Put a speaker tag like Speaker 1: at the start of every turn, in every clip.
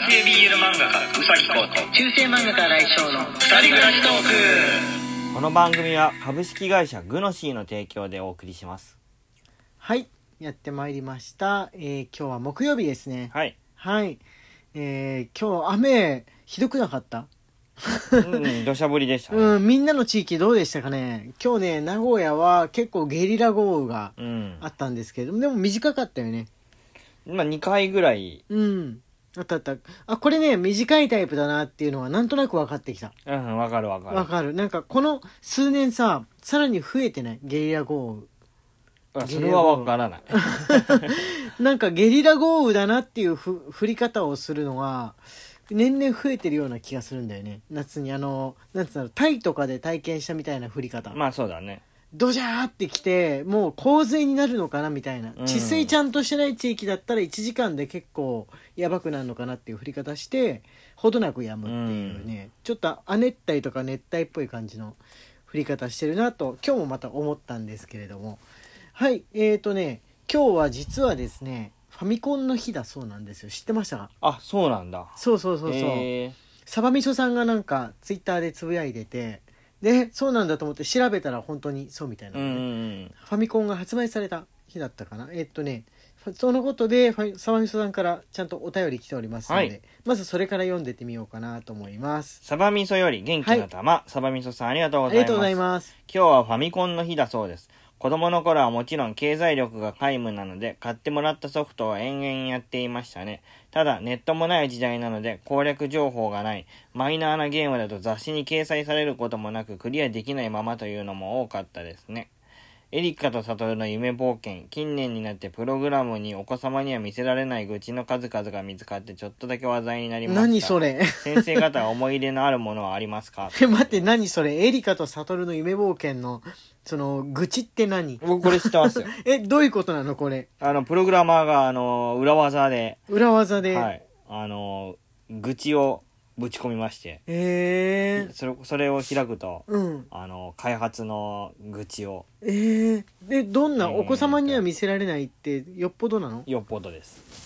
Speaker 1: 系 BL 漫画家うさぎこと
Speaker 2: 中世漫画家来翔の
Speaker 1: 二人暮らしトーク。
Speaker 3: この番組は株式会社グノシーの提供でお送りします。
Speaker 2: はい、やってまいりました。今日は木曜日ですね。
Speaker 3: はい、
Speaker 2: はい、今日雨ひどくなかった？
Speaker 3: 土砂降りでしたね。
Speaker 2: みんなの地域どうでしたかね。今日ね、名古屋は結構ゲリラ豪雨があったんですけど、でも短かったよね。
Speaker 3: 2回ぐらい。
Speaker 2: あった。これね、短いタイプだなっていうのはなんとなく分かってきた。
Speaker 3: わかる。
Speaker 2: 分かる。なんかこの数年さ、さらに増えてないゲリラ豪雨。
Speaker 3: それは分からない。
Speaker 2: なんかゲリラ豪雨だなっていう降り方をするのが年々増えてるような気がするんだよね。夏になんつうの、タイとかで体験したみたいな降り方。
Speaker 3: まあそうだね。
Speaker 2: ドジャーってきてもう洪水になるのかなみたいな、治水ちゃんとしてない地域だったら1時間で結構やばくなるのかなっていう降り方してほどなく止むっていうね、ちょっと亜熱帯とか熱帯っぽい感じの降り方してるなと今日もまた思ったんですけれども、はい、今日は実はですねファミコンの日だそうなんですよ。知ってましたか？
Speaker 3: あ、そうなんだ。
Speaker 2: そう、サバミソさんがなんかツイッターでつぶやいてて、でそうなんだと思って調べたら本当にそうみたいなので、ファミコンが発売された日だったかな。そのことでサバミソさんからちゃんとお便り来ておりますので、はい、まずそれから読んでってみようかなと思います。
Speaker 3: サバミソより元気の玉、はい、サバミソさんありがとうございます。
Speaker 2: ありがとうございます。
Speaker 3: 今日はファミコンの日だそうです。子供の頃はもちろん経済力が皆無なので買ってもらったソフトを延々やっていましたね。ただネットもない時代なので攻略情報がないマイナーなゲームだと雑誌に掲載されることもなくクリアできないままというのも多かったですね。エリカとサトルの夢冒険、近年になってプログラムにお子様には見せられない愚痴の数々が見つかってちょっとだけ話題になりました。
Speaker 2: 何それ
Speaker 3: 先生方は思い入れのあるものはありますか？
Speaker 2: 待って、何それ、エリカとサトルの夢冒険のその愚痴って何？
Speaker 3: 僕これ知ってますよ。
Speaker 2: どういうことなのこれ？
Speaker 3: プログラマーが裏技で、はい、愚痴をぶち込みまして、それを開くと、開発の愚痴を、
Speaker 2: でどんなお子様には見せられないってよっぽどなの？
Speaker 3: よっぽどです。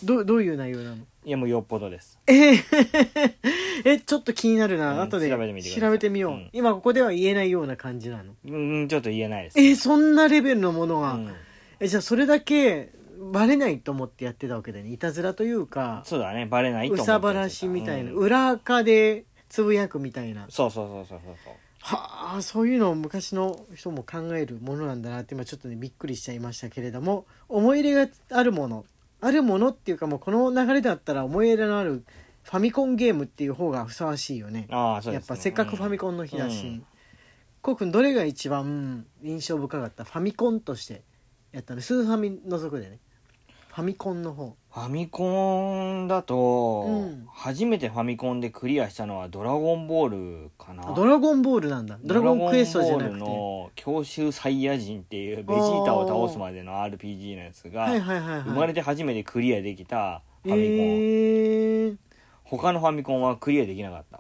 Speaker 2: どういう内容なの？
Speaker 3: いやもうよっぽどです。
Speaker 2: ちょっと気になるな。後で調べてみよう。今ここでは言えないような感じなの？
Speaker 3: ちょっと言えないです。
Speaker 2: そんなレベルのものが、じゃあそれだけバレないと思ってやってたわけだよね。いたずらというか、
Speaker 3: そうだね、バレないと思って
Speaker 2: うさばらしみたいな、裏垢でつぶやくみたいな。
Speaker 3: そう
Speaker 2: はあ、そういうのを昔の人も考えるものなんだなって今ちょっとねびっくりしちゃいましたけれども、思い入れがあるものっていうか、もうこの流れだったら思い入れのあるファミコンゲームっていう方がふさわしいよね。
Speaker 3: そうですね。
Speaker 2: やっぱせっかくファミコンの日だし、こうくんどれが一番印象深かった？ファミコンとしてやったの？スーファミ除くでね、ファミコンの方。
Speaker 3: ファミコンだと、初めてファミコンでクリアしたのはドラゴンボールかな。
Speaker 2: ドラゴンボールなんだ。ドラゴンクエストじゃなくて、
Speaker 3: ドラゴンボールの強襲サイヤ人っていうベジータを倒すまでの RPG のやつが、生まれて初めてクリアできたファミコン、他のファミコンはクリアできなかった。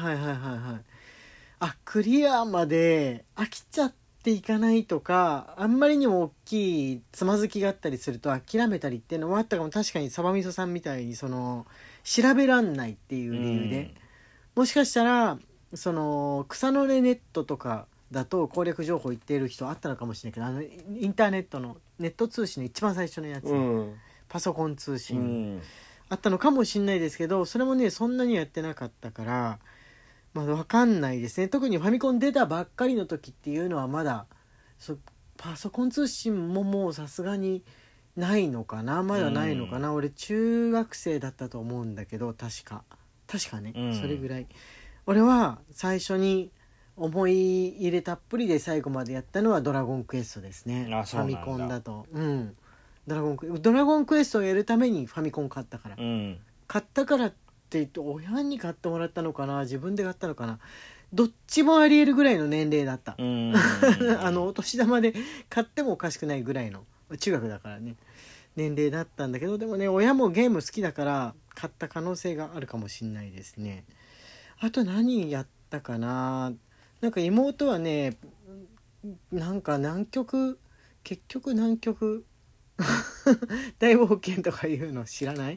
Speaker 2: クリアまで飽きちゃっていかないとか、あんまりにも大きいつまずきがあったりすると諦めたりっていうのもあったかも。確かにサバミソさんみたいにその調べらんないっていう理由で、もしかしたらその草の根ネットとかだと攻略情報言っている人あったのかもしれないけど、インターネットのネット通信の一番最初のやつ、パソコン通信、あったのかもしれないですけど、それもねそんなにやってなかったから分かんないですね。特にファミコン出たばっかりの時っていうのはまだパソコン通信ももうさすがにないのかな。まだないのかな。俺中学生だったと思うんだけど、確かね、それぐらい。俺は最初に思い入れたっぷりで最後までやったのはドラゴンクエストですね。ファミコンだと、ドラゴンクエストをやるためにファミコン買ったから、買ったからって言って親に買ってもらったのかな、自分で買ったのかな、どっちもあり得るぐらいの年齢だった。お年玉で買ってもおかしくないぐらいの、中学だからね、年齢だったんだけど、でもね親もゲーム好きだから買った可能性があるかもしれないですね。あと何やったかな。なんか妹はね、なんか結局南極大冒険とかいうの知らない？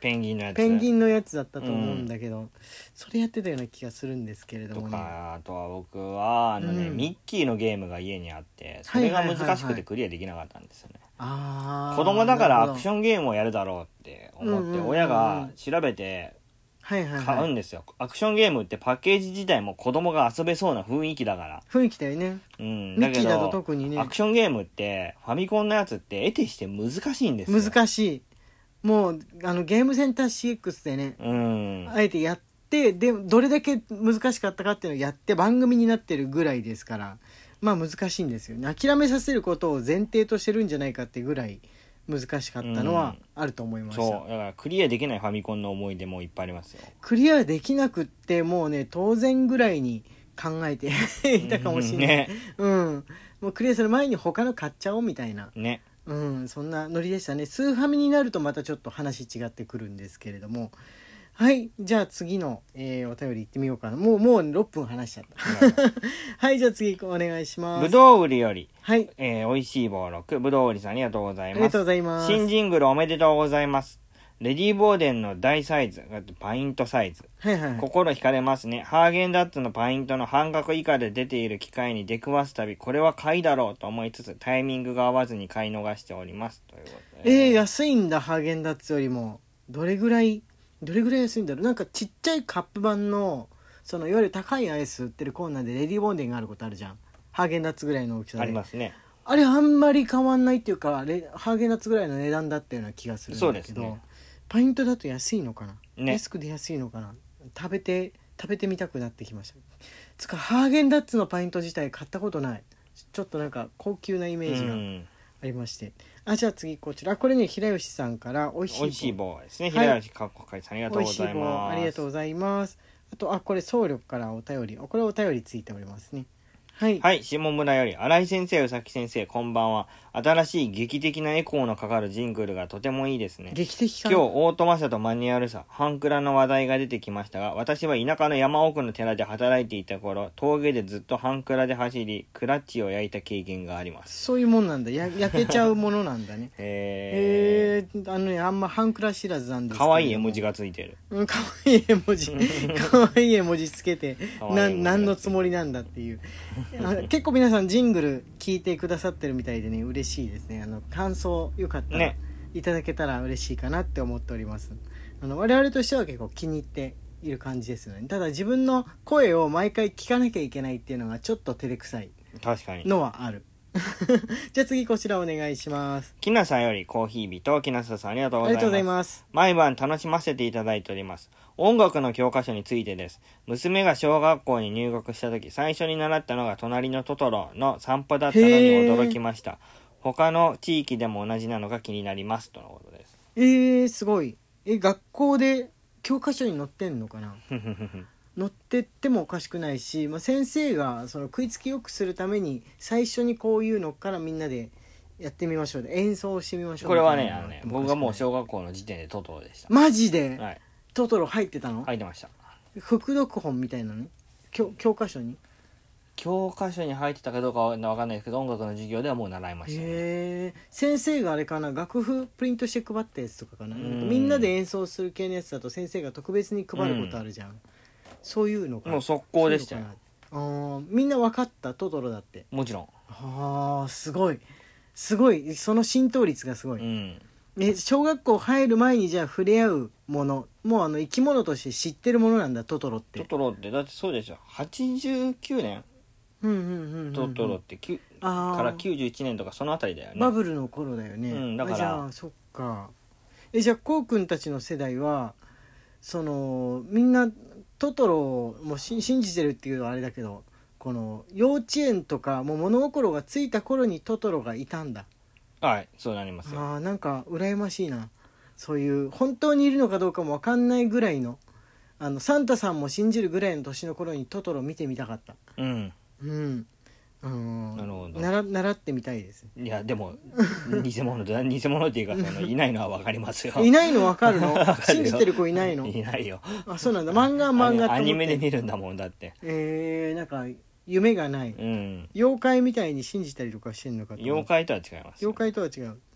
Speaker 3: ペンギンのやつ
Speaker 2: ペンギンのやつだったと思うんだけど、それやってたような気がするんですけれど
Speaker 3: と
Speaker 2: もね。
Speaker 3: か、あとは僕はミッキーのゲームが家にあって、それが難しくてクリアできなかったんですよね。子供だからアクションゲームをやるだろうって思って、親が調べて買うんですよ。アクションゲームってパッケージ自体も子供が遊べそうな雰囲気だから。
Speaker 2: 雰囲気だよね。
Speaker 3: だけど
Speaker 2: ミッキーだと特にね、
Speaker 3: アクションゲームってファミコンのやつって得てして難しいんですよ。
Speaker 2: 難しい。もうゲームセンター CX でね、あえてやって、でどれだけ難しかったかっていうのをやって番組になってるぐらいですから、まあ難しいんですよね。諦めさせることを前提としてるんじゃないかってぐらい難しかったのはあると思いました。
Speaker 3: そうだからクリアできないファミコンの思い出もいっぱいありますよ。
Speaker 2: クリアできなくってもうね、当然ぐらいに考えていたかもしれない、
Speaker 3: ね、
Speaker 2: もうクリアする前に他の買っちゃおうみたいな
Speaker 3: ね、
Speaker 2: そんなノリでしたね。スーファミになるとまたちょっと話違ってくるんですけれども、はい、じゃあ次の、お便り行ってみようかな。もう6分話しちゃったはい、じゃあ次お願いします。
Speaker 3: ぶどう売りより、
Speaker 2: はい、
Speaker 3: おいしい棒6、ぶどう売りさんありがとうございます。
Speaker 2: ありがとうございます。
Speaker 3: 新ジングルおめでとうございます。レディーボーデンの大サイズ、パイントサイズ、心惹かれますね。ハーゲンダッツのパイントの半額以下で出ている機械に出くわすたび、これは買いだろうと思いつつタイミングが合わずに買い逃しておりますということで。
Speaker 2: 安いんだ。ハーゲンダッツよりもどれぐらい安いんだろう。なんかちっちゃいカップ版のそのいわゆる高いアイス売ってるコーナーでレディーボーデンがあることあるじゃん。ハーゲンダッツぐらいの大きさで
Speaker 3: ありますね。
Speaker 2: あれあんまり変わんないっていうか、ハーゲンダッツぐらいの値段だったような気がするんだけど、
Speaker 3: そうですね、
Speaker 2: パイントだと安いのかな、
Speaker 3: ね、
Speaker 2: 安くで安いのかな。食べてみたくなってきました。つかハーゲンダッツのパイント自体買ったことない。ちょっとなんか高級なイメージがありまして、じゃあ次こちら、これね、平吉さんからおいしい棒
Speaker 3: ですね。平吉かっこかいさんありがとうございます。
Speaker 2: ありがとうございます。あとこれ総力からお便り、これお便りついておりますね。はい、
Speaker 3: はい、下村より新井先生、宇崎先生、こんばんは。新しい劇的なエコーのかかるジングルがとてもいいですね。
Speaker 2: 劇的かな。
Speaker 3: 今日オートマ車とマニュアル車、ハンクラの話題が出てきましたが、私は田舎の山奥の寺で働いていた頃、峠でずっとハンクラで走りクラッチを焼いた経験があります。
Speaker 2: そういうもんなんだ。焼けちゃうものなんだねあんまハンクラ知らずなんですけど、
Speaker 3: 可愛い絵文字がついてる。
Speaker 2: 可愛い絵文字可愛い絵文字つけて何のつもりなんだっていう結構皆さんジングル聞いてくださってるみたいでね、嬉しいですね。感想よかったらいただけたら嬉しいかなって思っております。我々としては結構気に入っている感じですよね。ただ自分の声を毎回聞かなきゃいけないっていうのがちょっと照れくさいのはある。じゃあ次こちらお願いします。
Speaker 3: きなさんよりコーヒー人、きなさんありがとうございます。毎晩楽しませていただいております。音楽の教科書についてです。娘が小学校に入学した時、最初に習ったのが隣のトトロの散歩だったのに驚きました。他の地域でも同じなのか気になりますとのことです。
Speaker 2: すごい。学校で教科書に載ってんのかな載ってってもおかしくないし、先生がその食いつきよくするために最初にこういうのからみんなでやってみましょう、演奏してみましょう。
Speaker 3: これはね、僕がもう小学校の時点でトトロでした。
Speaker 2: マジで、
Speaker 3: はい、
Speaker 2: トトロ入ってたの？
Speaker 3: 入ってました。
Speaker 2: 副読本みたいなの教科書に
Speaker 3: 入ってたかどうかは分かんないですけど、音楽の授業ではもう習いましたね。
Speaker 2: 先生があれかな、楽譜プリントして配ったやつとかかな。みんなで演奏する系のやつだと先生が特別に配ることあるじゃん。そういうのか
Speaker 3: もう速攻でしたよ。
Speaker 2: みんな分かった？トトロだって。
Speaker 3: もちろ
Speaker 2: ん。すごいその浸透率がすごい。小学校入る前にじゃあ触れ合うもの、もう生き物として知ってるものなんだ、トトロって。
Speaker 3: トトロってだってそうでしょ。89年トトロってから91年とかそのあたりだよね。
Speaker 2: バブルの頃だよね。
Speaker 3: だから
Speaker 2: じゃあそっか。じゃあこうくんたちの世代はみんなトトロも信じてるっていうのはあれだけど、この幼稚園とかもう物心がついた頃にトトロがいたんだ。
Speaker 3: はい、そうなりますよ。
Speaker 2: なんか羨ましいな。そういう本当にいるのかどうかも分かんないぐらいのサンタさんも信じるぐらいの年の頃にトトロ見てみたかった。なるほど。習ってみたいです。
Speaker 3: いやでも偽物っていうかいないのは分かりますよ。
Speaker 2: いないの分かるの？信じてる子いないの？
Speaker 3: いないよ。
Speaker 2: そうなんだ。漫画って
Speaker 3: アニメで見るんだもんだって。
Speaker 2: なんか夢がない、妖怪みたいに信じたりとかしてんのかと。
Speaker 3: 妖怪とは違います。
Speaker 2: 妖怪とは違う。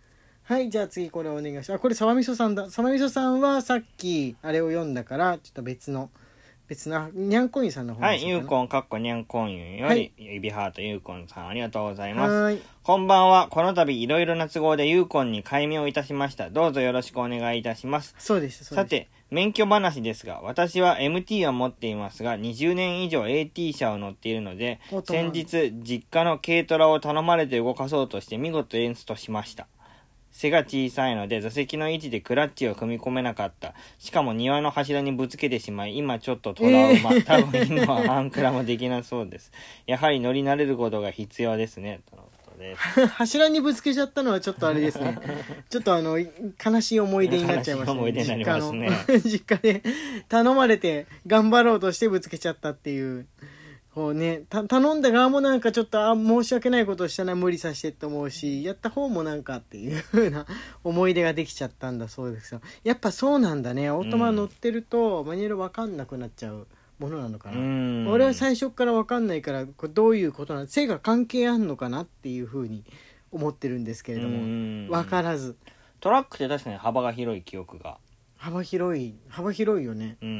Speaker 2: はい、じゃあ次これお願いします。あ、これ沢味噌さんだ。沢味噌さんはさっきあれを読んだからちょっと別のにゃんこんゆさんの方
Speaker 3: はい、ゆうこんにゃんこんゆより、指ハートゆうこんさんありがとうございます。こんばんは。この度いろいろな都合でゆうこんに改名をいたしました。どうぞよろしくお願いいたします。
Speaker 2: そうです。
Speaker 3: さて、免許話ですが、私は MT は持っていますが、20年以上 AT 車を乗っているので、先日実家の軽トラを頼まれて動かそうとして見事エンストしました。背が小さいので座席の位置でクラッチを組み込めなかった。しかも庭の柱にぶつけてしまい、今ちょっとトラウマ。多分今はアンクラもできなそうです。やはり乗り慣れることが必要ですね。とのことです。
Speaker 2: 柱にぶつけちゃったのはちょっとあれですね。ちょっと悲しい思い出になっちゃいましたね。
Speaker 3: 思い出になりますね。
Speaker 2: 実家で頼まれて頑張ろうとしてぶつけちゃったっていう。こうね、頼んだ側もなんかちょっと申し訳ないことをしたな、無理させてって思うし、やった方もなんかっていう風な思い出ができちゃったんだそうですよ。やっぱそうなんだね。オートマ乗ってるとマニュアル分かんなくなっちゃうものなのかな。俺は最初から分かんないからこれどういうことなの、背が関係あんのかなっていう風に思ってるんですけれども、分からず。
Speaker 3: トラックって確かに幅が広い記憶が。
Speaker 2: 幅広いよね。うん。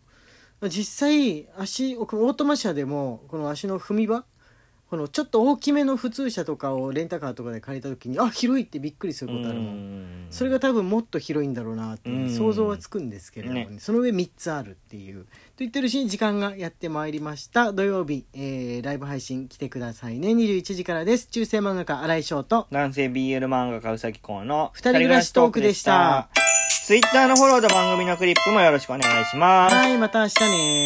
Speaker 2: 実際オートマ車でもこの足の踏み場、このちょっと大きめの普通車とかをレンタカーとかで借りた時に広いってびっくりすることあるもん。それが多分もっと広いんだろうなって想像はつくんですけれども、ね、その上3つあるっていうと言ってるうちに時間がやってまいりました。土曜日、ライブ配信来てくださいね。21時からです。中世漫画家新井翔と
Speaker 3: 男性 BL 漫画家うさぎこうの
Speaker 2: 二人暮らしトークでした。
Speaker 3: Twitter のフォローと番組のクリップもよろしくお願いします。
Speaker 2: はい、また明日ね。